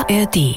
ARD.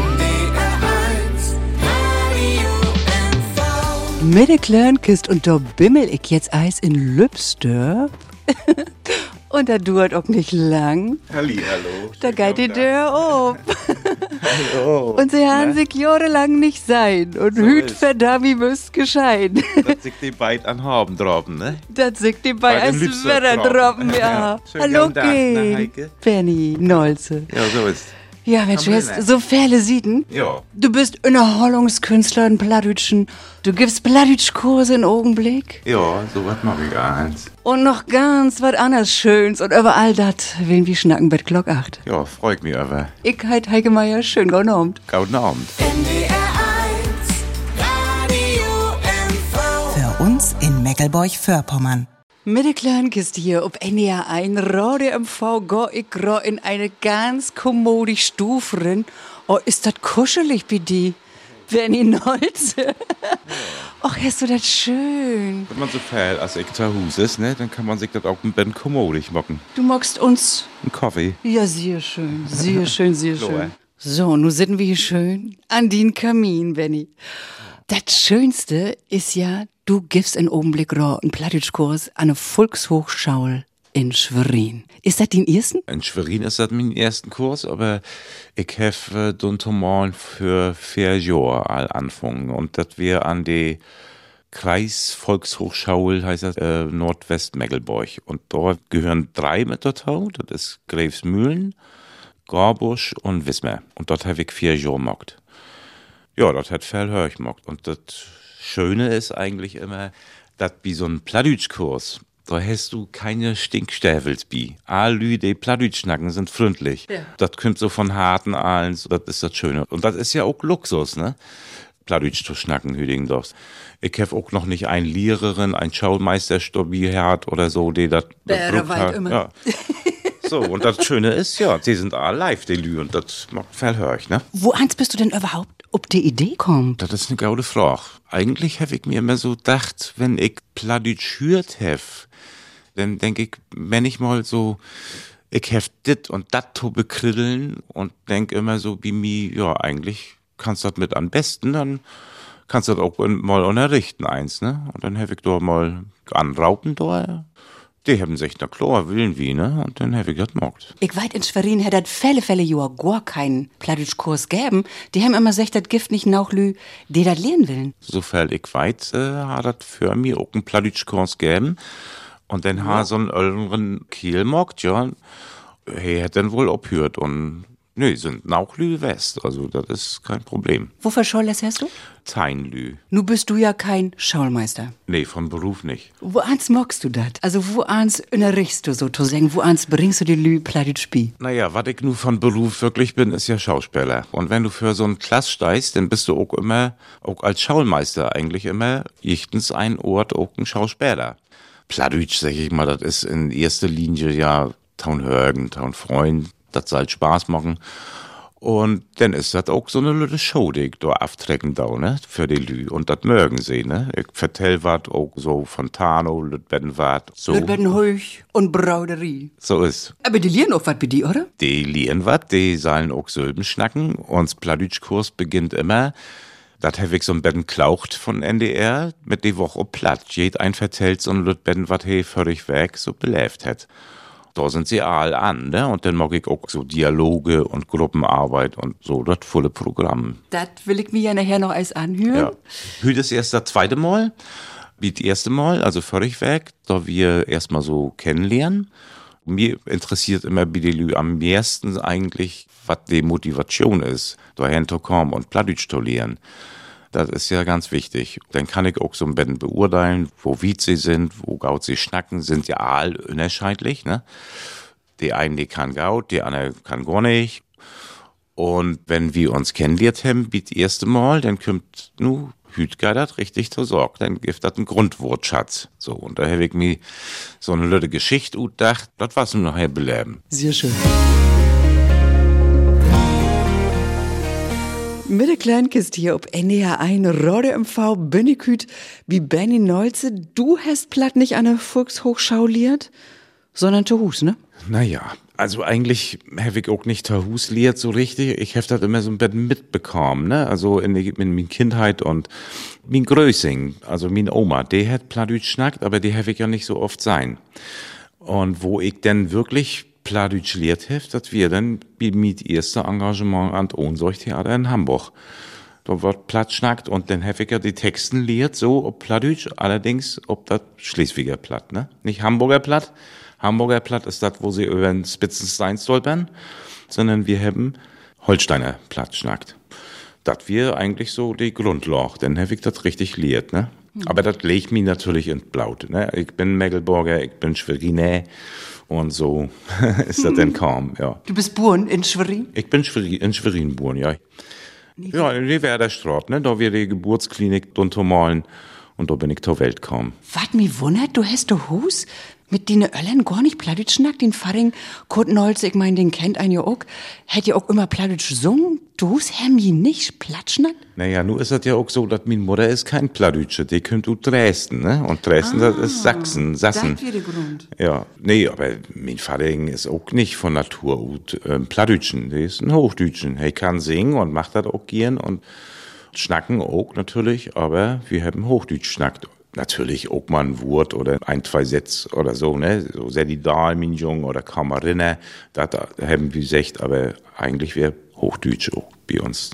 Mit der kleinen Kist und da bimmel ich jetzt Eis in Lübstör. Und da dauert auch nicht lang. Hallo. Da geht die Tür auf. Hallo. Und sie haben sich jahrelang nicht sein. Und So hüt ist. verdammt, wie müsst geschein. Das sich die beid an haben droppen, ne? Das sagt die bei Bei dem als Lübster Wetter droppen, ja. Ja. Schönen Hallo, guten Tag, na, Geh. Heike? Benny, Nolze. Ja, so ist. Ja, Mensch, du Haben wir hast denn? so viele Sieden. Ja. Du bist Unterholungskünstler in Plattdütschen. Du gibst Plattdütschkurse in Augenblick. Ja, so was mach ich eins. Und noch ganz was anderes Schöns. Und über all das willen wir schnacken bei Glock 8. Ja, freut mich aber. Ich heit Heike Meier, schön guten Abend. Guten Abend. Für uns in Meckelburg-Vorpommern. Mit der kleinen Kiste hier ob NDR ein Radio MV go ich ro in eine ganz kommode Stufe rein. Oh, ist das kuschelig bei die? Benny Nolze. Och, hast du das schön. Wenn man so viel als ich zu Hause ist, ne, dann kann man sich das auch ein bisschen kommodig machen. Du magst uns. Ein Kaffee. Ja, sehr schön, sehr schön, sehr So, schön. So, nun sitzen wir hier schön an den Kamin, Benny. Das Schönste ist ja, du gibst in Augenblick einen Plattdütschkurs an eine Volkshochschule in Schwerin. Ist das den ersten? In Schwerin ist das mein ersten Kurs, aber ich habe den Tomal für 4 Jahre all anfangen. Und das wir an die Kreisvolkshochschule, heißt das, Nordwestmeckelburg. Und dort gehören 3 mit dazu. Das ist Grevesmühlen, Gorbusch und Wismar. Und dort habe ich 4 Jahre gemacht. Ja, das hat viel höher gemacht. Und das Schöne ist eigentlich immer, dass wie so ein Plattdütschkurs, da hast du keine Stinkstäfels bei. Alle, die Plattdütsch schnacken, sind freundlich. Ja. Das kommt so von harten Aalen, so, das ist das Schöne. Und das ist ja auch Luxus, ne? Plattdütsch zu schnacken, Hüdingendorfs. Ich habe auch noch nicht eine Lehrerin, ein Schaumeister gehabt oder so, die das Der bedruckt weit hat. immer. Ja. So, und das Schöne ist, ja, die sind alle live, die Lü, und das macht viel hörig, ne? Wo eins bist du denn überhaupt, ob die Idee kommt? Das ist eine gute Frage. Eigentlich habe ich mir immer so gedacht, wenn ich Plattdütsch hört habe, dann denke ich, wenn ich mal so, ich habe dit und dat to bekriddeln und denk immer so wie mir, ja, eigentlich kannst du das mit am besten, dann kannst du das auch mal unterrichten eins, ne? Und dann habe ich da mal anraupen da. Die haben sich, na klar, willen wie, ne? Und dann habe ich das gemacht. Ich weiß, in Schwerin hätte das viele Jahre gar keinen Plattdütschkurs geben. Die haben immer gesagt, das Gift nicht nachlü, die das lernen willen. Sofern ich weiß, hat das für mich auch einen Plattdütschkurs gegeben. Und dann hat so einen älteren Kiel gemacht, ja. Er hat dann wohl abgehört und, ne, sind Nauchlü West, also das ist kein Problem. Wofür Schaules hast du? Teinlü. Nu bist du ja kein Schaulmeister. Nee, von Beruf nicht. Wo eins magst du das? Also wo eins unterrichst du so zu sagen, wo eins bringst du die Lü Plattdütsch bei? Naja, was ich nur von Beruf wirklich bin, ist ja Schauspieler. Und wenn du für so einen Klass steigst, dann bist du auch immer, auch als Schaulmeister eigentlich immer, jichtens ein Ort auch ein Schauspieler. Plattdütsch, sag ich mal, das ist in erster Linie ja Taunhörgen, Taunfreund, das soll Spaß machen. Und dann ist das auch so eine lütte Show, die ich da aftrecken da, ne, für die Lü. Und das mögen sie, ne. Ich vertell wat auch so von Tano, Lütbetten wat, so. Lütbetten Heuch und Brauderie. So ist. Aber die lernen auch was bei dir, oder? Die lernen wat, die sollen auch Sylben schnacken. Und Plattdütschkurs beginnt immer, das hab ich so ein Betten klaucht von NDR, mit die Woche platt. Jed ein vertellt so ein Lütbetten, wat he völlig weg so belebt hat. Da sind sie all an, ne? Und dann mag ich auch so Dialoge und Gruppenarbeit und so, das volle Programm. Das will ich mir ja nachher noch alles anhören. Ja. Heute ist erst das zweite Mal, wie das erste Mal, also völlig weg, da wir erstmal so kennenlernen. Mir interessiert immer bei den Lü am meisten eigentlich, was die Motivation ist, dahin zu kommen und Plattdütsch zu lernen. Das ist ja ganz wichtig. Dann kann ich auch so ein bisschen beurteilen, wo weit sie sind, wo gaut sie schnacken, sind ja all unterschiedlich, ne? Die einen, die kann gaut, die andere kann gar nicht. Und wenn wir uns kennengelernt haben, wie das erste Mal, dann kommt, hütger das richtig zur Sorge, dann gibt das einen Grundwortschatz. So, und da habe ich mir so eine lütte Geschichte gedacht, das war's nur nachher beleben. Sehr schön. Mit der kleinen Kiste hier ob NDR 1 Radio MV Bünneküt wie Benny Nolze. Du hast platt nicht an der Volkshochschule liert? sondern zu Hus, ne? Naja, also eigentlich habe ich auch nicht Hus lehrt so richtig. Ich habe das immer so ein bisschen mitbekommen, ne? Also in meiner Kindheit und mein Größing, also mein Oma, die hat Plattdeutsch schnackt, aber die habe ich ja nicht so oft sein. Und wo ich dann wirklich Plattdeutsch lehrt habe, das wir dann mit erster Engagement an Ohnsorgtheater in Hamburg. Da wird Platt schnackt und dann habe ich ja die Texten lehrt, so ob Plattdeutsch, allerdings ob das Schleswiger Platt, ne? Nicht Hamburger Platt. Hamburger Platt ist das, wo sie über den Spitzenstein stolpern, sondern wir haben Holsteiner Platt schnackt. Das wir eigentlich so die Grundlage, dann habe ich das richtig lehrt, ne? Aber das legt mich natürlich ins Blaut, ne? Ich bin Mecklenburger, ich bin Schweriner und so ist das dann kaum, ja. Du bist geboren in Schwerin? Ich bin in Schwerin geboren, ja. Ja, in Werderstraat, ne? Da wir die Geburtsklinik malen und da bin ich zur Welt gekommen. Was mich wundert, du hast du Hus mit den Öllern gar nicht Plattdeutsch schnackt, den Faring, Kurt Nolze, ich mein, den kennt ein ja auch, hätt ja auch immer Plattdeutsch gesungen, du Hus haben die nicht Platt schnackt? Naja, nun ist das ja auch so, dass meine Mutter ist kein Plattdeutsche, die kommt aus Dresden, ne? Und Dresden, das ist Sachsen, Sassen. Das wäre der Grund. Ja, nee, aber mein Vater ist auch nicht von Natur aus Plattdeutschen, der ist ein Hochdeutschen. Er kann singen und macht das auch gern und schnacken auch natürlich, aber wir haben Hochdeutsch schnackt. Natürlich auch mal ein Wort oder ein, zwei Sätze oder so, ne? So Sedidal, mein Jung oder Kammerrinne, das haben wir gesagt, aber eigentlich wäre Hochdeutsch auch bei uns.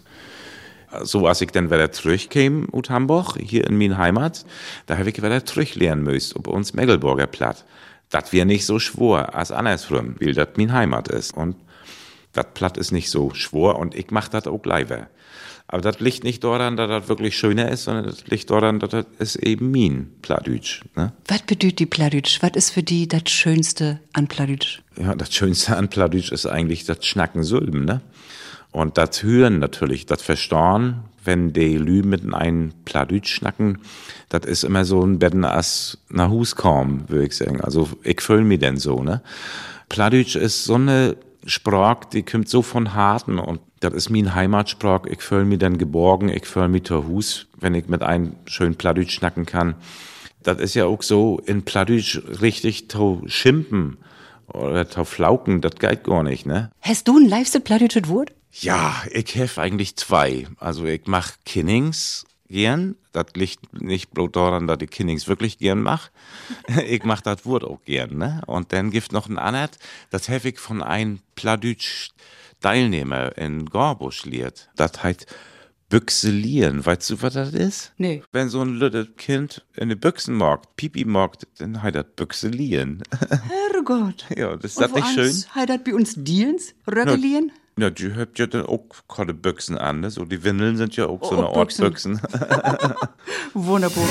So, als ich dann wieder zurückkäme aus Hamburg, hier in meine Heimat, da habe ich wieder zurücklernen müssen, ob uns Mecklenburger Platt. Das wäre nicht so schwor als andersrum, weil das meine Heimat ist. Und das Platt ist nicht so schwor und ich mache das auch leider. Aber das liegt nicht daran, dass das wirklich schöner ist, sondern das liegt daran, dass das eben mein Plattdeutsch, ne? Was bedeutet die Plattdeutsch? Was ist für die das Schönste an Plattdeutsch? Ja, das Schönste an Plattdeutsch ist eigentlich das Schnacken Sülben, ne? Und das Hören natürlich, das Verstehen, wenn die Lü mit einem Plattdeutsch schnacken, das ist immer so ein Betten als nach Hus kommen, würde ich sagen. Also ich fühle mich denn so, ne? Plattdeutsch ist so eine Sprache, die kommt so von Harten und das ist mein Heimatsprach. Ich fühle mich dann geborgen, ich fühle mich zu Hus, wenn ich mit einem schönen Plattdeutsch schnacken kann. Das ist ja auch so, in Plattdeutsch richtig zu schimpfen oder zu flauken, das geht gar nicht, ne? Hast du ein livesten plattdeutsches Wort? Ja, ich habe eigentlich zwei. Also ich mach Kinnings gern. Das liegt nicht bloß daran, dass ich Kinnings wirklich gern mach. Ich mach das Wort auch gern, ne? Und dann gibt noch ein anderes, das habe ich von einem Plattdeutsch Teilnehmer in Gorbusch lehrt. Das heißt Büchselieren. Weißt du, was das ist? Nee. Wenn so ein lüttes Kind in die Büchsen mag, Pipi mag, dann heißt das Büchselieren. Herrgott. Ja, das ist das nicht schön? Hat das bei uns Diens? Röckelieren? Ja, die habt ja dann auch keine Büchsen an, ne? So, die Windeln sind ja auch so Oh, eine Art Büchsen. Büchsen. Wunderbar.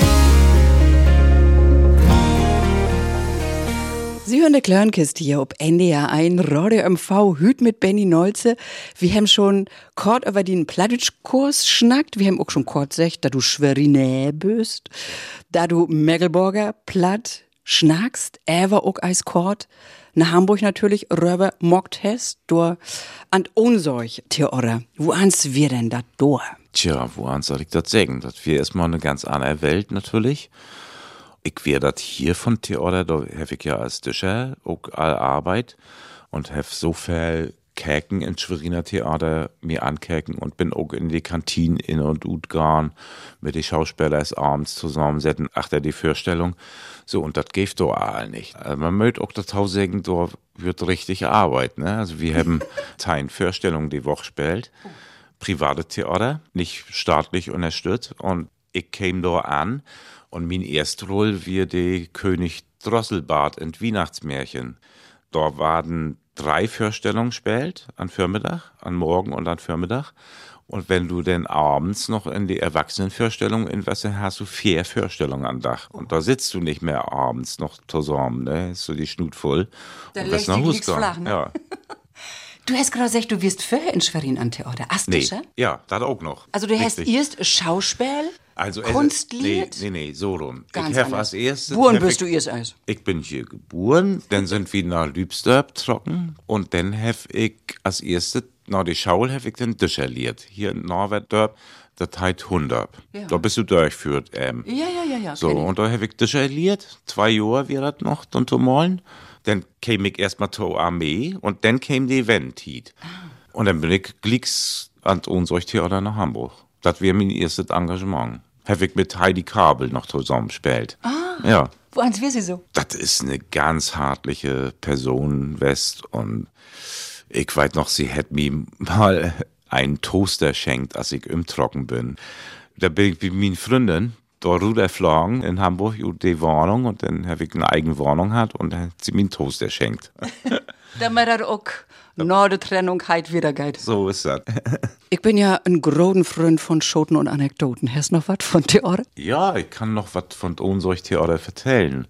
Sie hören der Klörnkiste hier ob NDR 1, Radio MV, Hüt mit Benny Nolze. Wir haben schon kurz über den Plattdeutsch-Kurs schnackt. Wir haben auch schon kurz gesagt, da du Schweriner bist, da du Mecklenburger Platt schnackst, aber auch als Kort nach Hamburg natürlich rüber mockt hast, du an Ohnsorg, Theora. Wo ans wir denn dat do? Tja, woran soll ich das sagen? Das wäre erstmal eine ganz andere Welt natürlich. Ich wäre das hier von Theater, da habe ich ja als Tischer auch all Arbeit und habe so viel Käken in Schweriner Theater mir ankäken und bin auch in die Kantine in und ut gegangen mit den Schauspielern abends zusammensetzen, achter die Vorstellung. So, und das geht doch all nicht. Also man möchte auch dazu sagen, da wird richtig Arbeit, ne? Also wir haben 10 Vorstellungen die Woche gespielt. Private Theater, nicht staatlich unterstützt. Und ich kam da an und mein erste Rolle war die König Drosselbart in Weihnachtsmärchen. Da waren 3 Vorstellungen gespielt, an Vormittag, an Morgen und an Vormittag. Und wenn du dann abends noch in die Erwachsenenvorstellung investierst, hast du 4 Vorstellungen am Tag. Und da sitzt du nicht mehr abends noch zusammen, ne? Ist so die Schnut voll. Da und lässt nach dich Hus nix gegangen. flach, ne? Ja. Du hast gerade gesagt, du wirst vorher in Schwerin an Theater. Nee, Astischer? ja, das auch noch. Also du hast Richtig. erst Schauspiel, Also Kunstlied? Nee, so rum. Ganz ich habe anders. als erstes... Geboren hab bist ich- du erst eins. Ich bin hier geboren, dann sind wir nach Lübsterb trocken und dann habe ich als erstes, nach der Schule, habe ich den Discher lehrt. Hier in Norwerdorp, das heißt Hundab. Ja. Da bist du durchgeführt. Ja. So, kenn ich. und da habe ich Discher lehrt, 2 Jahre wäre das noch, dann zu malen. Dann käme ich erstmal zur Armee und dann käme die Event-Tiet. Und dann bin ich glicks an unser Theater nach Hamburg. Das wäre mein erstes Engagement. Habe ich mit Heidi Kabel noch zusammengespielt. Ja. Wo eins wir sie so? Das ist eine ganz hartliche Person, West. Und ich weiß noch, sie hätte mir mal einen Toaster schenkt, als ich im Trocken bin. Da bin ich mit meinen Freundin da rübergeflogen in Hamburg und die Wohnung und dann habe ich eine eigene Wohnung gehabt und dann hat sie mir einen Toaster schenkt. Damit das auch nach der Trennung halt wieder geht. So ist das. Ich bin ja ein großer Freund von Schoten und Anekdoten. Hast du noch was von Theater? Ja, ich kann noch was von unserem Theater erzählen.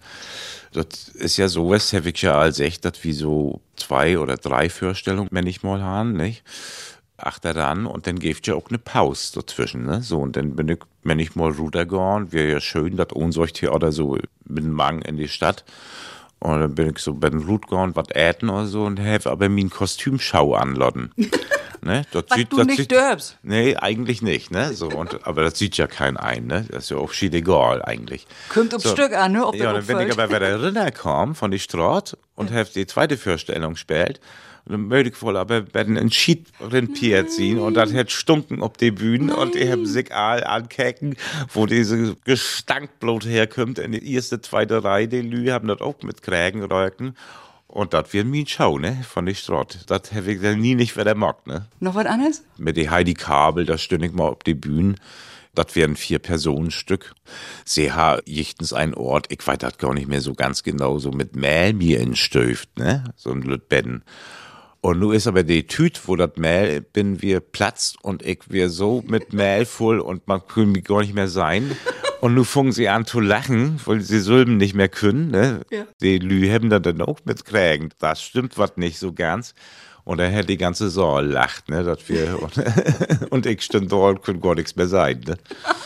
Das ist ja so, was habe ich ja als echt, dass wir so 2 oder 3 Vorstellungen, wenn ich mal haben, nicht? Achter dann und dann gibt ja auch eine Pause dazwischen, ne? So, und dann bin ich, wenn ich mal runtergegangen, wäre ja schön, dass unser Theater so mit dem Magen in die Stadt. Und dann bin ich so bei den Rut gegangen, was äten oder so und habe aber mein Kostümschau anladen. Ne? Was du nicht dürfst. Nee, eigentlich nicht, ne? So, aber das sieht ja kein ein, ne? Das ist ja auch schied egal eigentlich. Kommt aufs Stück an, ne? Ob ja, und dann bin ich aber wieder runtergekommen von der Straße und habe die zweite Vorstellung gespielt. Und dann möchte ich wohl aber werden einen Schied Pier ziehen und das hat stunken auf die Bühne und ich habe sich all ankecken, wo diese Gestankblut herkommt in die erste, zweite Reihe, die Lü haben das auch mit Krägenröcken. Und das wird mein Schau, ne, von der Straße. Das habe ich dann nie nicht wieder gemacht, ne. Noch was anderes? Mit die Heidi Kabel, da stünde ich mal auf die Bühne. Das wären 4-Personen-Stück. Sie haben jichtens einen Ort, ich weiß das gar nicht mehr so ganz genau, so mit Mehl mir in Stöft, ne, so ein Lütbetten. Und nun ist aber die Tüte, wo das Mehl bin, wir platzt und ich wir so mit Mehl voll und man kann mich gar nicht mehr sein. Und nun fangen sie an zu lachen, weil sie Silben nicht mehr können, ne? Ja. Die Lü haben da dann auch mitkriegen. Das stimmt was nicht so ganz. Und dann hat die ganze Saal lacht, ne? Dass wir und ich stand da und konnte gar nichts mehr sein, ne?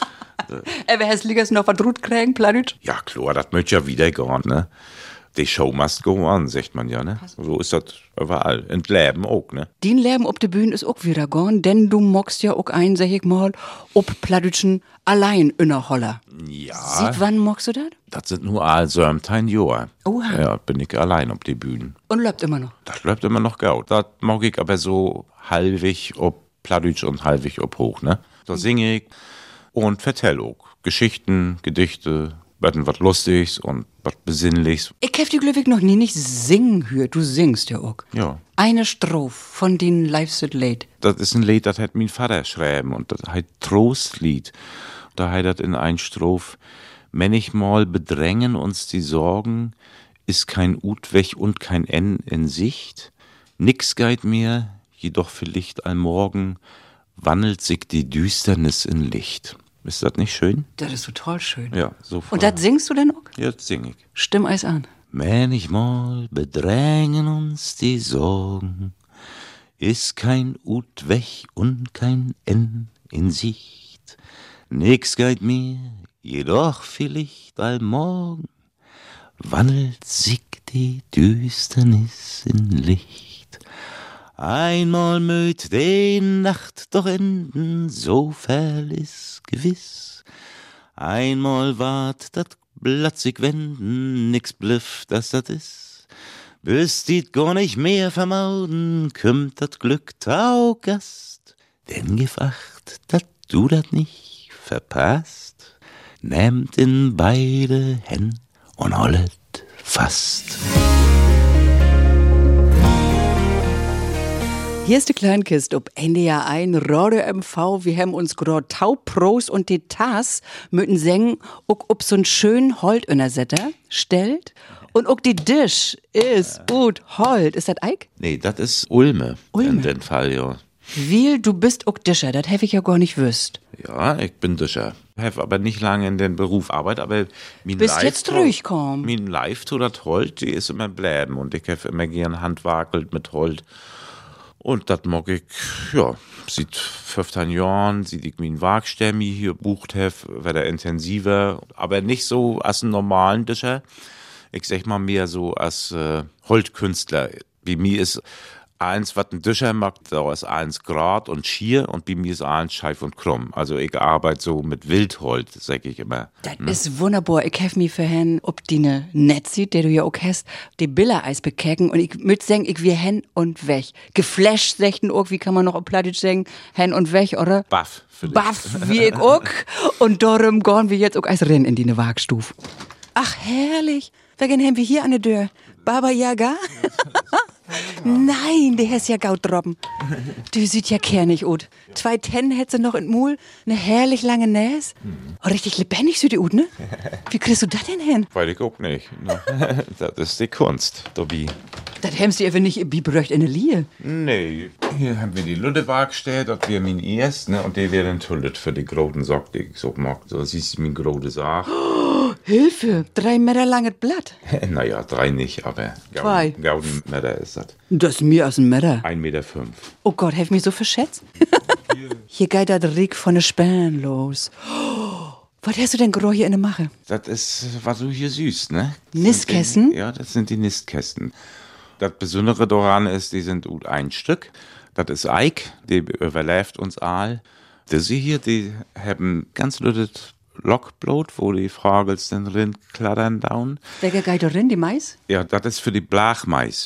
Aber hast du noch was Rut kriegen, Planüt? Ja, klar, das möchte ja wieder gehen, ne? Die Show must go on, sagt man ja, ne? So ist das überall. In Leben auch, ne? Den Leben auf der Bühne ist auch wieder gone, denn du mockst ja auch ein, sag ich mal, ob Plattütschen allein in der Holler. Ja. Sieht wann mockst du das? Das sind nur all 17 Jahre. Oha. Ja, bin ich allein auf die Bühne. Und läuft immer noch? Das läuft immer noch gut. Das mag ich aber so halbig ob Plattdeutsch und halbig ob hoch, ne? Da singe ich und vertell auch Geschichten, Gedichte, was Lustiges und was Besinnliches. Ich hab die glücklich noch nie nicht singen gehört. Du singst ja auch. Ja. Eine Strophe von den Life's It Late. Das ist ein Lied, das hat mein Vater geschrieben und das heißt Trostlied. Da heißt das in ein Strophe: Manchmal bedrängen uns die Sorgen, ist kein Utweg und kein N in Sicht. Nix geht mehr, jedoch vielleicht allmorgen wandelt sich die Düsternis in Licht. Ist das nicht schön? Das ist total schön. Ja, so. Und das singst du denn auch? Ja, das sing ich. Stimm eis an. Manchmal bedrängen uns die Sorgen, ist kein Utweg und kein N in Sicht. Nix geht mehr, jedoch vielleicht allmorgen wandelt sich die Düsternis in Licht. Einmal mögt die Nacht doch enden, so fern ist gewiss. Einmal ward dat Blatt sich wenden, nix bliff, dass dat is. Bis dit gar nicht mehr vermauden, kümmt dat Glück tau Gast. Denn gib acht, dat du dat nicht verpasst. Nehmt in beide Hände und hollet fast. Hier ist die Kleinkist ob NDR 1 Radio MV. Wir haben uns gerade Taupros und die Tas müssen singen, ob so ein schön Holt in der Setter stellt. Und auch die Dish ist gut Holt. Ist das Eik? Nee, das ist Ulme. Ulme. In dem Fall, ja. Weil du bist auch Discher, das hätte ich ja gar nicht wüsst. Ja, ich bin Discher. Habe aber nicht lange in den Beruf arbeitet, aber mein Bist jetzt durchgekommen. Mein Live zu das Holt, die ist immer bleiben und ich habe immer gern handwackelt mit Holt. Und das mag ich, ja, seit 15 Jahren, seit ich meinen Wagstämmi hier bucht habe, wird er intensiver, aber nicht so als einen normalen Discher. Ich sag mal mehr so als Holtkünstler. Wie mir ist Eins, was ein Discher macht, da ist 1 Grad und schier und bei mir ist 1 scheif und krumm. Also ich arbeite so mit Wildholz, sag ich immer. Das ist wunderbar. Ich hef mich für hen, ob die ne Netz sieht, der du ja auch hast, die Billereis bekecken und ich müd sagen, ich wir hen und weg. Geflasht sechten auch, wie kann man noch auf Plattdeutsch sagen, hen und weg, oder? Baff. Baff, wie ich auch. Und darum gehen wir jetzt auch als Rennen in die ne Wagstuf. Ach, herrlich. Wegen haben wir hier an der Tür. Baba Yaga? Nein, der hast ja gaut droppen. Du sieht ja kernig ut. 2 Tennen hättest du noch in Mul, ne herrlich lange Näs. Oh, richtig lebendig süd die ut, ne? Wie kriegst du das denn hin? Weiß ich auch nicht. Ne? Das ist die Kunst, Dobby. Das hemmst du einfach nicht bebröcht in der Lie. Nee, hier haben wir die Lüttewaag gestellt, das wäre mein erst, ne? Und die wäre dann Tullet für die großen Sock, die ich so mag. So siehst du mein große Sache. Hilfe, 3 Meter langes Blatt. Naja, 3 nicht, aber 2. Gaudenmeter ist das. Das ist mir aus dem Meter. 1,5 Meter. Oh Gott, hef mich so verschätzt. Hier geht das Rieg von der Spähen los. Was hast du denn groß hier in der Mache? Das ist, was du hier süß, ne? Nistkästen? Ja, das sind die Nistkästen. Das Besondere daran ist, die sind gut ein Stück. Das ist Eik, die überlebt uns all. Diese hier, die haben ganz lüttet Lockblut, wo die Fragels dann drin klattern down. Welcher geht da rein, die Mais? Ja, das ist für die Blachmais.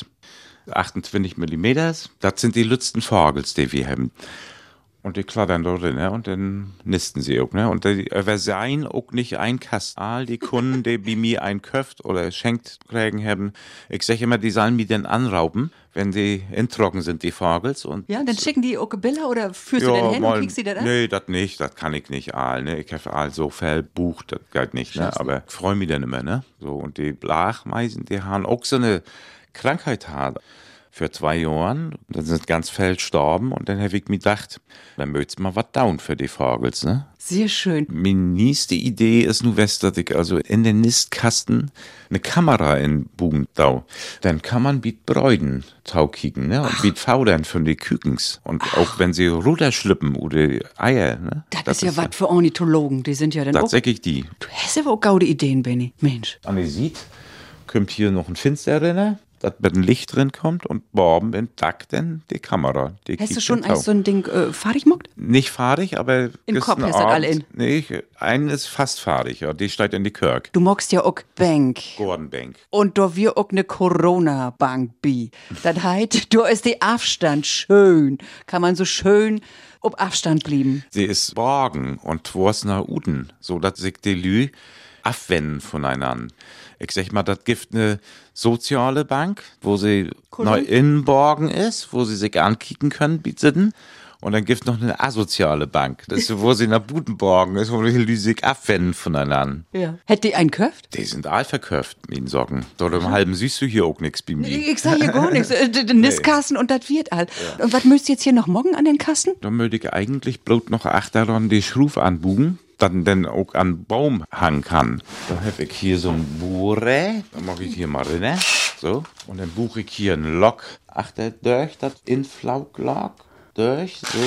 28 Millimeter. Das sind die letzten Fragels, die wir haben. Und die klattern da drin, ne? Und dann nisten sie auch, ne? Und die seien auch nicht ein Kastal, die Kunden, die bei mir ein köft oder schenkt kriegen haben. Ich sag immer, die sollen mir dann anrauben, wenn die trocken sind, die Vogels. Und Ja, dann schicken die auch Bilder oder führst du den hin und kriegst die das an? Nee, das nicht, das kann ich nicht, ne? Ich habe so verbucht, das geht nicht, ne? Aber ich freue mich dann immer, ne? So, und die Blachmeisen, die haben auch so eine Krankheit haben. Für 2 Jahren, dann sind ganz viel gestorben und dann habe ich mir gedacht, dann möchtest mal was down für die Vogels, ne? Sehr schön. Meine nächste Idee ist nur, dass ich also in den Nistkasten eine Kamera in Bugen dau. Dann kann man mit Bräuden taukicken, ne? Und mit Faudern von den Kükens. Und auch wenn sie runterschlippen oder Eier, ne? Das ist ja was für Ornithologen, die sind ja dann auch... Das sag ich die. Du hast aber auch gaude Ideen, Benny. Mensch. Andesit kommt hier noch ein Finster rein, dass mit ein Licht drin kommt und Borben entdeckt dann die Kamera. Die Hast du kickt schon dann so ein Ding fahrig mockt? Nicht fahrig, aber Im Kopf hast du das alle in? Nee, einen ist fast fahrig, ja, die steht in die Kirk. Du mockst ja auch Bank. Gordon Bank. Und da wir auch ne Corona-Bank bi. Das heißt, da ist der Abstand schön. Kann man so schön ob Abstand blieben. Sie ist borgen und was nach Uden, so dass sich die Lü abwenden voneinander. Ich sag mal, das gibt eine soziale Bank, wo sie neu innenborgen ist, wo sie sich ankicken können, bieten. Und dann gibt es noch eine asoziale Bank, das ist, wo sie nach Budenborgen ist, wo die Lü sich abwenden voneinander. Ja. Hätte die einen köft? Die sind all verköpft, mit Socken. Dort im Halben siehst du hier auch nichts bei mir. Ich sag hier gar nichts. Den Nistkasten und das wird all. Ja. Und was müsst ihr jetzt hier noch morgen an den Kasten? Da möchte ich eigentlich bloß noch achteron die Schruf anbugen, dann auch an Baum hangen kann. Da habe ich hier so ein Bohrer, da mache ich hier mal rein, so. Und dann buche ich hier ein Lock achter durch, das Inflauglock, durch, so.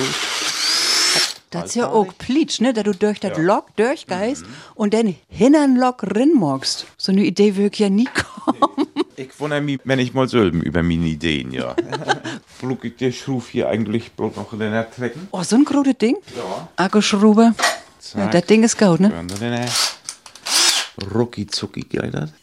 Das ist ja auch Plitsch, ne, da du durch das Lock durchgeist und dann hintern Lock rinmogst. So eine Idee würde ich ja nie kommen. Ich wundere mich, wenn ich mal sölben über meine Ideen, ja. Blug ich die Schruf hier eigentlich bloß noch in den Trecken. Oh, so ein großes Ding? Ja. Akkuschrauber. Ja, das Ding ist gut, ne? Rucki zucki geht das.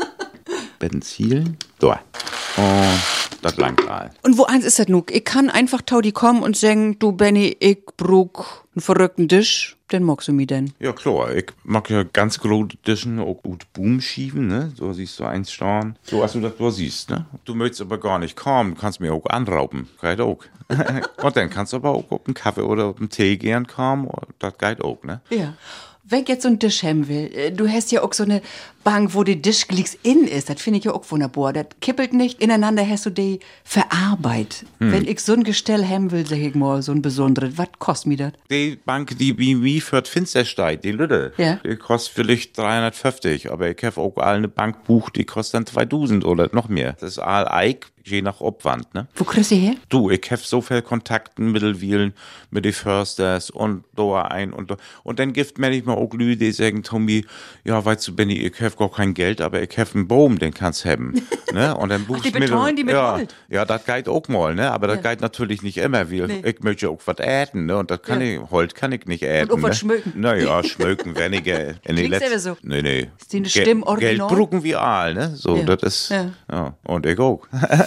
Benzin. Da. Und das langt all. Und wo eins ist das nuk? Ich kann einfach Taudi kommen und sagen, du Benny, ich brauch einen verrückten Tisch, den magst du mir denn? Ja klar, ich mag ja ganz große Tischen, auch gut Boom schieben, ne? So siehst du eins stehen. So als du das da siehst, ne? Du möchtest aber gar nicht kommen, du kannst mir auch anrauben. Geht auch. Und dann kannst du aber auch auf einen Kaffee oder auf einen Tee gern kommen, das geht auch, ne? Ja. Wenn ich jetzt so einen Tisch haben will, du hast ja auch so eine Bank, wo die Tischglicks in ist, das finde ich ja auch wunderbar. Das kippelt nicht, ineinander hast du die verarbeitet. Wenn ich so ein Gestell haben will, sag ich mal, so ein besonderes, was kostet mir das? Die Bank, die bei mir für das Finster steht, die Lütte, ja. Die kostet vielleicht 350, aber ich habe auch eine Bank bucht, die kostet dann 2000 oder noch mehr. Das ist all Eik, je nach Obwand, ne? Wo kriegst du her? Du, ich habe so viel Kontakten Mittelwielen mit den Försters und da ein und da. Und dann gibt manchmal auch Leute, die sagen, Tommy, ja, weißt du, Benny, ich habe hab gar kein Geld, aber ich hab einen Baum, den kannst haben. Ne? Und dann buchst die du mir betreuen die mit ja, Gold. ja, das geht auch mal, ne? Aber das geht natürlich nicht immer, weil ich möchte auch was äten, ne? Und das kann ich, Holz kann ich nicht äten. Und auch was ne? schmücken. Naja, schmücken weniger. Klingt's aber so? Nee. Ist die eine Stimme original? Geld drucken wir all, ne? So, Ja. das ist, Ja. ja. Und ich auch.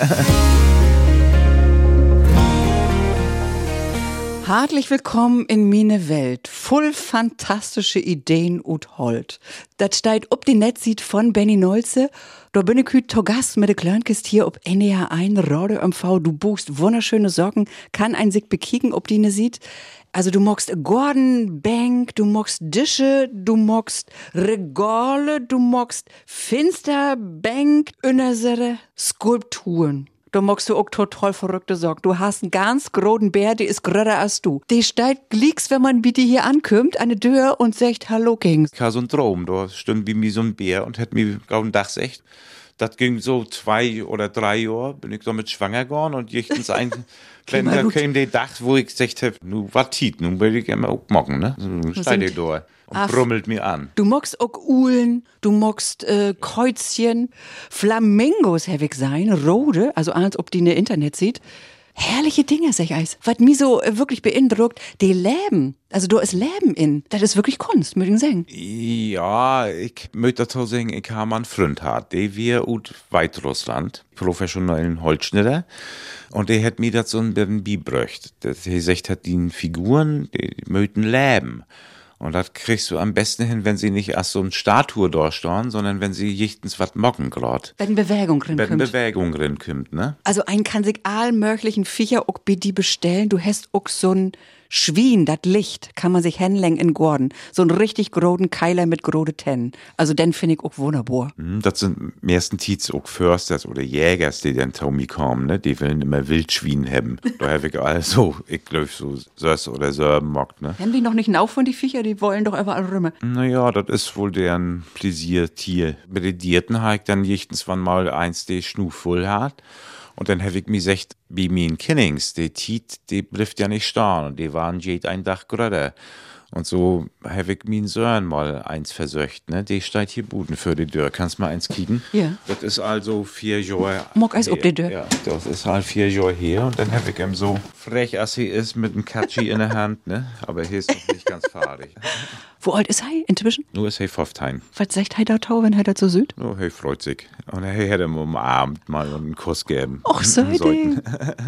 Hartlich willkommen in meine Welt. Voll fantastische Ideen und Holt. Das steht ob die Netzseite von Benny Nolze. Da bin ich heute zu Gast mit der Kleinkist hier ob NDR 1 Radio MV. Du buchst wunderschöne Socken, kann ein sich bekicken, ob die ne sieht. Also du magst Gordon Bank, du magst Dische, du magst Regale, du magst Finsterbank, unsere Skulpturen. Da magst du auch total verrückte Socken. Du hast einen ganz großen Bär, der ist größer als du. Der steigt glicks, wenn man bitte hier ankommt, an die Tür und sagt Hallo Kings. Ich hatte so einen Traum, da stand wie mir so ein Bär und hat mir auf den Dach gesagt, das ging so 2 oder 3 Jahre, bin ich damit schwanger geworden und jichtens ein, wenn da kam der Dach, wo ich gesagt hab, nu wat tiet, nun will ich immer auch machen, ne? So steht der da und brummelt mir an. Du magst auch Uhlen, du magst Kreuzchen, Flamingos hab ich sein, rote, also als ob die ne Internet sieht. Herrliche Dinge, sag ich eis. Was mich so wirklich beeindruckt, die Leben. Also da ist Leben in. Das ist wirklich Kunst, muss ich sagen. Ja, ich möchte dazu sagen, ich habe einen Freund gehabt, der wir aus Weißrussland, professionellen Holzschnitter, und der hat mir das so ein bisschen beigebracht. Der sagt, hat die Figuren, die möchten leben. Und das kriegst du am besten hin, wenn sie nicht erst so eine Statue durchstehen, sondern wenn sie jichtens was mocken grad. Wenn Bewegung drin Wenn kommt. Bewegung drin kommt, ne? Also ein kann sich all möglichen Viecher auch bei die bestellen. Du hast auch so ein Schwien, das Licht, kann man sich hinlegen in Gordon. So ein richtig großen Keiler mit große Tennen. Also den finde ich auch wunderbar. Das sind meistens Tietz auch Försters oder Jägers, die dann zu mir kommen, ne? Die wollen immer Wildschwein haben. Da habe ich also, ich glaube, so Sös oder Sörben mockt, ne? Haben die noch nicht auf von die Viecher? Die wollen doch überall rümmer. Naja, das ist wohl deren Pläsiertier. Bei den Dierten habe ich dann jichtens wann mal eins, der Schnuf voll hat. Und dann habe ich mir gesagt, wie mein Kinnings, die Tiet, die blifft ja nicht stehen. Und die waren jed ein Dach gröder. Und so habe ich mein Sohn mal eins versöcht, ne? Die steht hier Buden für die Tür. Kannst mal eins kicken? Ja. Das ist also 4 Jahre. Mock eins ob die Tür. Ja, das ist halt 4 Jahre her. Und dann habe ich ihm so frech, als er ist, mit einem Katschi in der Hand, ne? Aber hier ist noch nicht ganz fahrig. Wo alt ist er inzwischen? Nur ist er 15. Was sagt er da tau, wenn er da so süd? Oh, er freut sich. Und er hätte ihm umarmt mal einen Kuss geben. Och, so Sollten.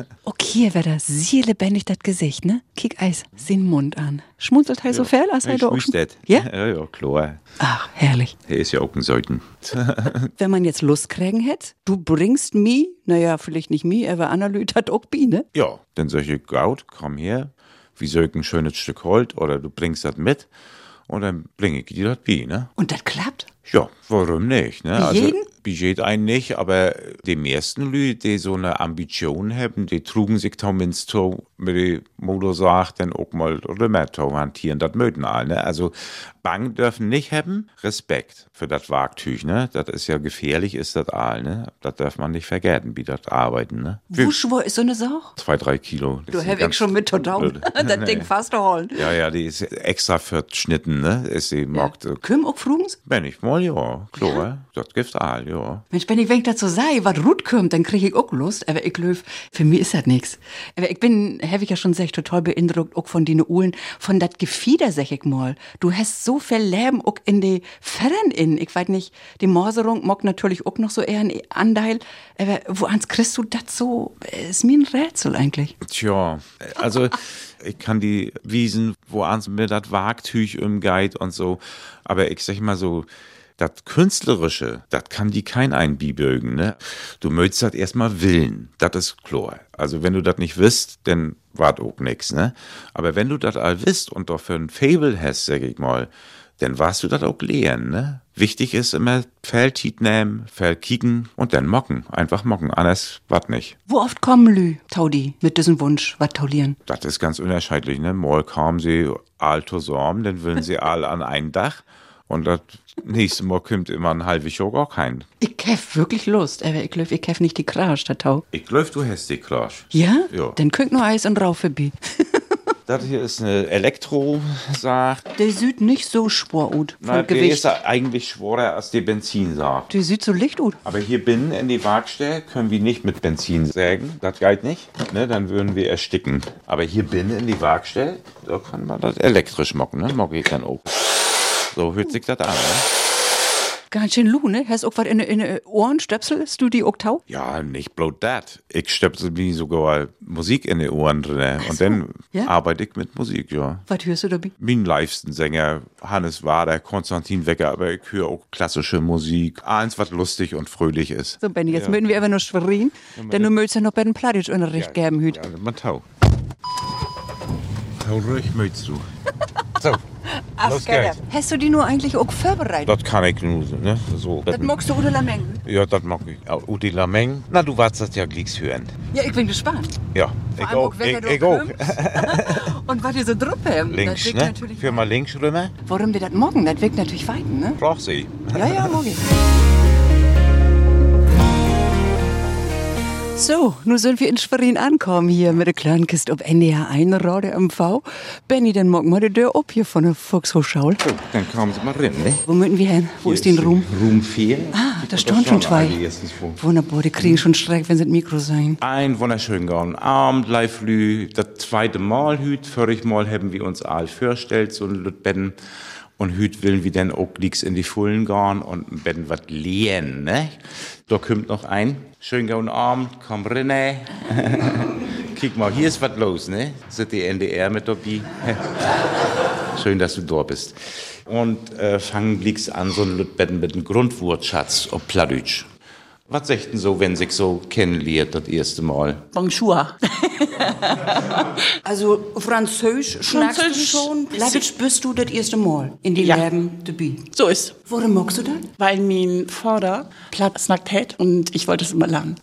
Okay, wer das sehr lebendig das Gesicht, ne? Kick Eis, den Mund an. Schmunzelt er so viel, als er da auch schon... Ja? Ja, klar. Ach, herrlich. Er ist ja auch ein Säuten. Wenn man jetzt Lust kriegen hätte, du bringst mi, naja, vielleicht nicht mi, aber Anna Lüth hat auch bi, ne? Ja, dann sag ich, Gaut, komm her. Wie soll ich ein schönes Stück Holz oder du bringst das mit. Und dann bringe ich dir das bei, ne? Und das klappt? Ja, warum nicht, ne? Wie jeden? Budget einen nicht, aber die meisten Leute, die so eine Ambition haben, die trugen sich zumindest so, wie die Modo sagt, dann auch mal Römer zu hantieren, das möchten alle, ne? Also, Bang dürfen nicht haben, Respekt für das Wagtüch, ne? Das ist ja gefährlich, ist das all, ne? Das darf man nicht vergessen, wie das arbeiten, ne? Wo schwor ist so eine Sache? 2-3 Kilo. Du hab ich schon mit total. Das Ding fast holen. Ja, die ist extra verschnitten, ne? Ist sie mockt. Küm auch frugens? Wenn ich mal, ja, klar, das gibt's all, ja. Mensch, wenn ich dazu sei, was gut kommt, dann krieg ich auch Lust. Aber ich löf, für mich ist das nix. Aber ich bin, hab ich ja schon gesagt, total beeindruckt, auch von den Uhlen, von dat Gefieder, sag ich mal. Du hast so viel Leben auch in die Federn in. Ich weiß nicht, die Morserung mag natürlich auch noch so eher einen Anteil. Aber woans kriegst du das so? Ist mir ein Rätsel eigentlich. Tja, also ich kann die Wiesen, wo ans mir das Wagtüch umgeht und so. Aber ich sag mal so, das Künstlerische, das kann die kein einbibögen, ne? Du möchtest das erstmal willen, das ist klar. Also wenn du das nicht wisst, dann wart auch nix, ne? Aber wenn du das all wisst und doch für ein Fable hast, sag ich mal, dann warst du das auch lehren, ne? Wichtig ist immer Feldtiet nehmen, Feld kicken und dann mocken. Einfach mocken, anders wat nicht. Wo oft kommen Lü, Taudi, mit diesem Wunsch, wat taulieren? Das ist ganz unterschiedlich, ne? Mal kamen sie all zusammen, dann wollen sie all an ein Dach. Und das nächste Mal kommt immer ein halbes Jahr gar kein. Ich hef wirklich Lust, aber ich glaub, ich hef nicht die Krasch, der Tau. Ich glaub, du hast die Krasch. Ja? Ja. Dann könnt nur Eis und Rauch vorbei. Das hier ist eine Elektrosaat. Der sieht nicht so schwer aus Na, von der Gewicht. ist eigentlich schwerer als die Benzinsaat. Der sieht so licht aus. Aber hier binnen in die Werkstatt können wir nicht mit Benzin sägen. Das geht nicht. Ne, dann würden wir ersticken. Aber hier binnen in die Werkstatt, da kann man das elektrisch machen. Ne? Mag ich dann auch. So hört sich das an. Ne? Ganz schön Lu, ne? Hast du auch was in den Ohren? Stöpselst du die Oktau? Ja, nicht bloß das. Ich stöpsel mir sogar Musik in die Ohren drin. Und dann ja? arbeite ich mit Musik, ja. Was hörst du dabei? Mein liebsten Sänger, Hannes Wader, Konstantin Wecker, aber ich höre auch klassische Musik. Eins, was lustig und fröhlich ist. So, Benni, jetzt möchten wir aber noch Schwerin, denn du möchtest ja noch bei den Plattdeutsch-Unterricht geben, Hüt. Ja, man tau. Tau ruhig, möchtest du. So, los geht's. Hast du die nur eigentlich auch vorbereitet? Das kann ich nur, ne? So, Das magst du oder Lameng? ja, das mag ich. Udi Lameng. Na, du warst das ja gleich hören. Ja, ich bin gespannt. Ja, Vor ich allem auch. wenn Ich du auch. kommst. Und was ihr so druppe haben. Links, das wirkt ne? natürlich Für mal links rüber. Warum wir das morgen? Das wirkt natürlich weit, ne? Brauch sie. Ja, morgen. So, nun sind wir in Schwerin angekommen hier mit der kleinen Kiste auf NDR 1 Radio MV. Benni, dann morgen mal die Tür ab hier von der Volkshochschule. So, dann kommen Sie mal rein, ne? Wo müssen wir hin? Wo ist den Ruhm? Ruhm 4. Ah, da stehen schon zwei. Erstens vor. Wunderbar, die kriegen schon Streik, wenn sie das Mikro sein. Ein wunderschönen guten Abend, live lü. Das zweite Mal hüt. Voriges Mal haben wir uns all vorgestellt, so ein Lütbetten. Und hüt willen wir dann auch lieks in die Fullen gehen und ein Betten was lehen, ne? Da kommt noch ein. Schönen guten Abend, komm rein. Kick mal, hier ist was los, ne? Sind die NDR mit dabei? Schön, dass du da bist. Und fangen lieks an, so ein Lütbetten mit einem Grundwortschatz auf Plattdeutsch. Was sagt denn so, wenn sich so kennenlernt, das erste Mal? Bonjour. Also Französisch schnackst du Französisch. schon? Plattdeutsch bist du das erste Mal in die Ja. Leben dabei. So ist. Warum magst du das? Weil mein Vater platt snackt hat und ich wollte es immer lernen.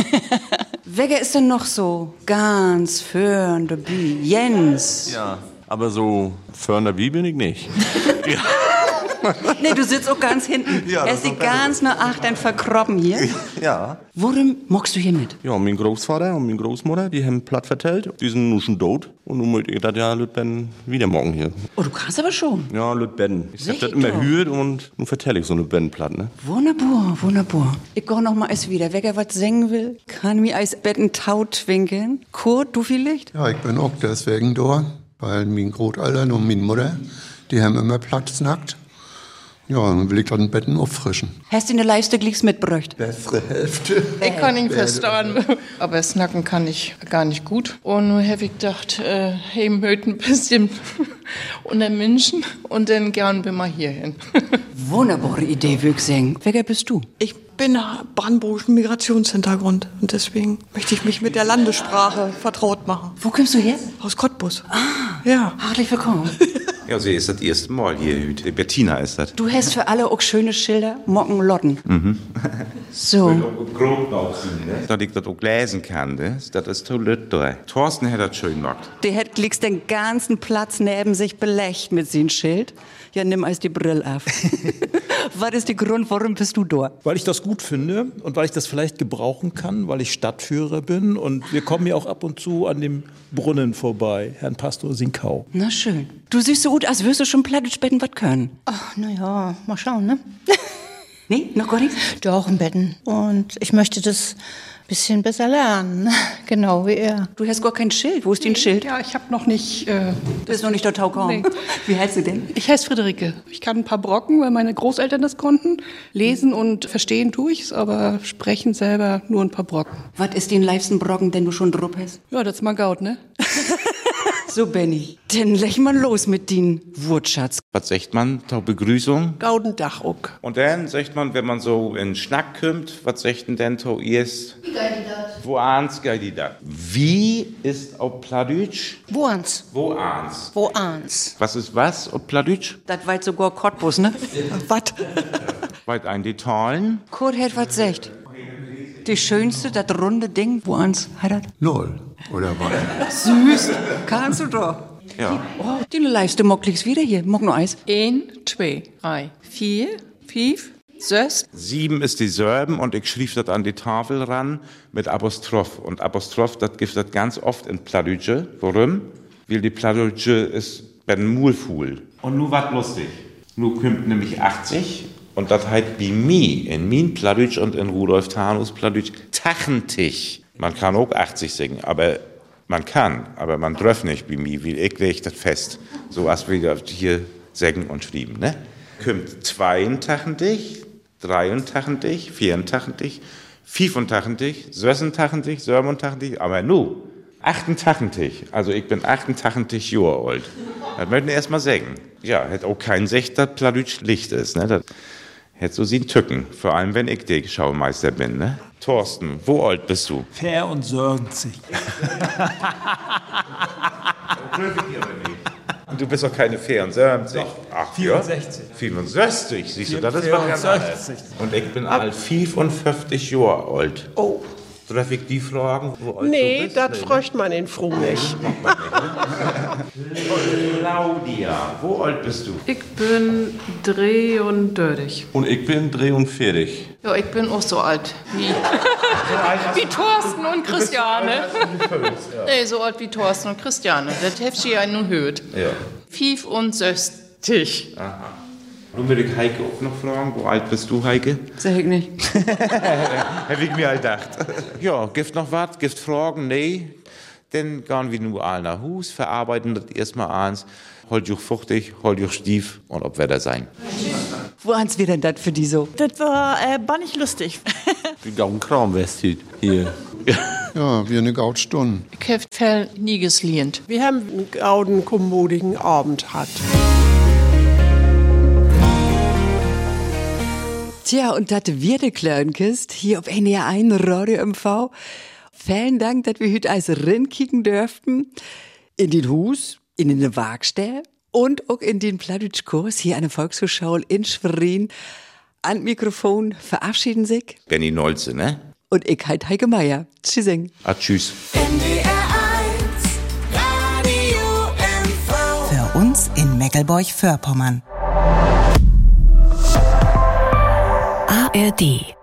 Wer ist denn noch so ganz fern dabei? Jens. Ja, aber so förnder wie bin ich nicht. Nee, du sitzt auch ganz hinten. Ja, Er das ist die ist auch besser. ganz nach achtern verkroppen hier. Ja. Worum magst du hier mit? Ja, mein Großvater und meine Großmutter, die haben platt vertellt. Die sind nun schon tot. Und nun möchte ich das ja Lütben wieder morgen hier. Oh, du kannst aber schon. Ja, Lütben. Ich hab Sicher das immer doch. gehört und nun vertelle ich so Lütben platt, ne? Wunderbar, wunderbar. Ich koch noch mal es wieder. Wer was singen will, kann mir als Betten taut winkeln. Kurt, du vielleicht? Ja, ich bin auch deswegen da, weil mein Großeltern und meine Mutter, die haben immer Platz nackt. Ja, dann will ich dann Betten auffrischen. Hast du eine Leiste glicks mitgebracht? Bessere Hälfte. Ich kann ihn verstehen, aber snacken kann ich gar nicht gut. Und nun habe ich gedacht, ich möchte ein bisschen unter Menschen und dann gern bin mal hierhin. Wunderbare Idee, würde ich sagen. Wer bist du? Ich bin brandenburgischen Migrationshintergrund und deswegen möchte ich mich mit der Landessprache vertraut machen. Wo kommst du her? Aus Cottbus. Ja. Herzlich willkommen. Ja, sie ist das erste Mal hier. Die Bettina ist das. Du hast für alle auch schöne Schilder, Mocken, Lotten. So. Grob noch sehen, ne? Dass ich das auch lesen kann, ne? Das ist toll. Thorsten hat das schön gemacht. Der hat glicks den ganzen Platz neben sich belegt mit seinem Schild. Ja, nimm als die Brille auf. Was ist der Grund, warum bist du da? Weil ich das gut finde und weil ich das vielleicht gebrauchen kann, weil ich Stadtführer bin. Und wir kommen ja auch ab und zu an dem Brunnen vorbei, Herrn Pastor Sinkau. Na schön. Du siehst so gut, als würdest du schon Plattdeutsch-Betten was können. Ach, naja, mal schauen, ne? Nee, noch gar nichts? Doch, im Betten. Und ich möchte das ein bisschen besser lernen. Genau wie er. Du hast gar kein Schild. Wo ist dein Schild? Ja, ich habe noch nicht. Du bist noch nicht dort gekommen. Nee. Wie heißt du denn? Ich heiße Friederike. Ich kann ein paar Brocken, weil meine Großeltern das konnten. Lesen und verstehen tue ich's, aber sprechen selber nur ein paar Brocken. Was ist den liebsten Brocken, den du schon drupp hast? Ja, das ist mal Gaut, ne? So, Benni. Dann leg mal los mit den Wurtschatz. Was sagt man? Zur Begrüßung. Gaudendach auch. Und dann sagt man, wenn man so in Schnack kommt, was sagt denn to erst? Wie geht die das? Wo ahns geht die das? Wie ist auf Plattdeutsch? Wo ans? Wo ahns? Wo ans? Was ist was auf Plattdeutsch? Das weit sogar Cottbus, ne? Was? Weit ein Detailen. Kurt hat was gesagt. Die schönste, das runde Ding, wo ans hat Null. Oder was? Süß. Kannst du doch. Ja. Oh, die leiste Mock liegst wieder hier. Mock nur Eis. 1, 2, 3, 4, 5, 6. 7 ist die Serben und ich schrieb das an die Tafel ran mit Apostroph. Und Apostroph, das gibt das ganz oft in Plattdeutsche. Warum? weil die Plattdeutsche ist ben Mulfuhl. Und nu wat lustig. Nu kommt nämlich 80 und das heißt bei mir, in min Plattdeutsch und in Rudolf Tanus Plattdeutsch, tachentlich. Man kann auch 80 singen, aber man darf nicht bei mir, weil ich leg das fest. So als wir hier sagen und schreiben, ne? Kommt 82, 83, 84, 85, 86, 87, aber nu 88, also ich bin 88 Jahre alt. Das möchten wir erst mal sagen. Ja, hätte auch kein Sech, dass Plattdeutsch Licht ist, ne? Das hätte so sie Tücken, vor allem wenn ich der Schaumeister bin, ne? Thorsten, wo alt bist du? 74. Du bist doch keine 74. Ach, 64. Ja? 65, siehst du, das ist was ganz anderes. Und ich bin alt 55 Jahre alt. Oh. Darf ich die fragen, wo alt Nee, du bist? das fragt man in Früh nicht. Claudia, wo alt bist du? Ich bin 33. Und ich bin 43. Ja, ich bin auch so alt wie Thorsten und Christiane. Nee, so alt wie Thorsten und Christiane. Das heft sie ja nun hört. Ja. 65. Aha. Nun will ich Heike auch noch fragen, wo alt bist du, Heike? Sag ich nicht. Hab ich mir halt gedacht. Ja, gibt noch was? Gibt Fragen? Nee. Dann gehen wir nur all nach Hus, verarbeiten das erstmal eins. Holt euch fuchtig, holt euch stief und ob Wetter sein. Wo haben's wir denn das für die so? Das war nicht lustig. Die gauen Kramwestit hier. Ja, wie eine Gautstunde. Ich hab viel nie geslient. Wir haben einen gauden, kommodigen Abend gehabt. Tja, und das wird die Kleinkist hier auf NDR 1 Radio MV. Vielen Dank, dass wir heute als kicken dürften. In den Hus, in den Waagstär und auch in den Plattdeutsch-Kurs hier an der Volkshochschule in Schwerin. An Mikrofon verabschieden sich Benny Nolze, ne? und ich halt Heike Meier. Tschüssing. Tschüss. NDR 1 Radio MV. Für uns in Meckelburg-Vorpommern. ARD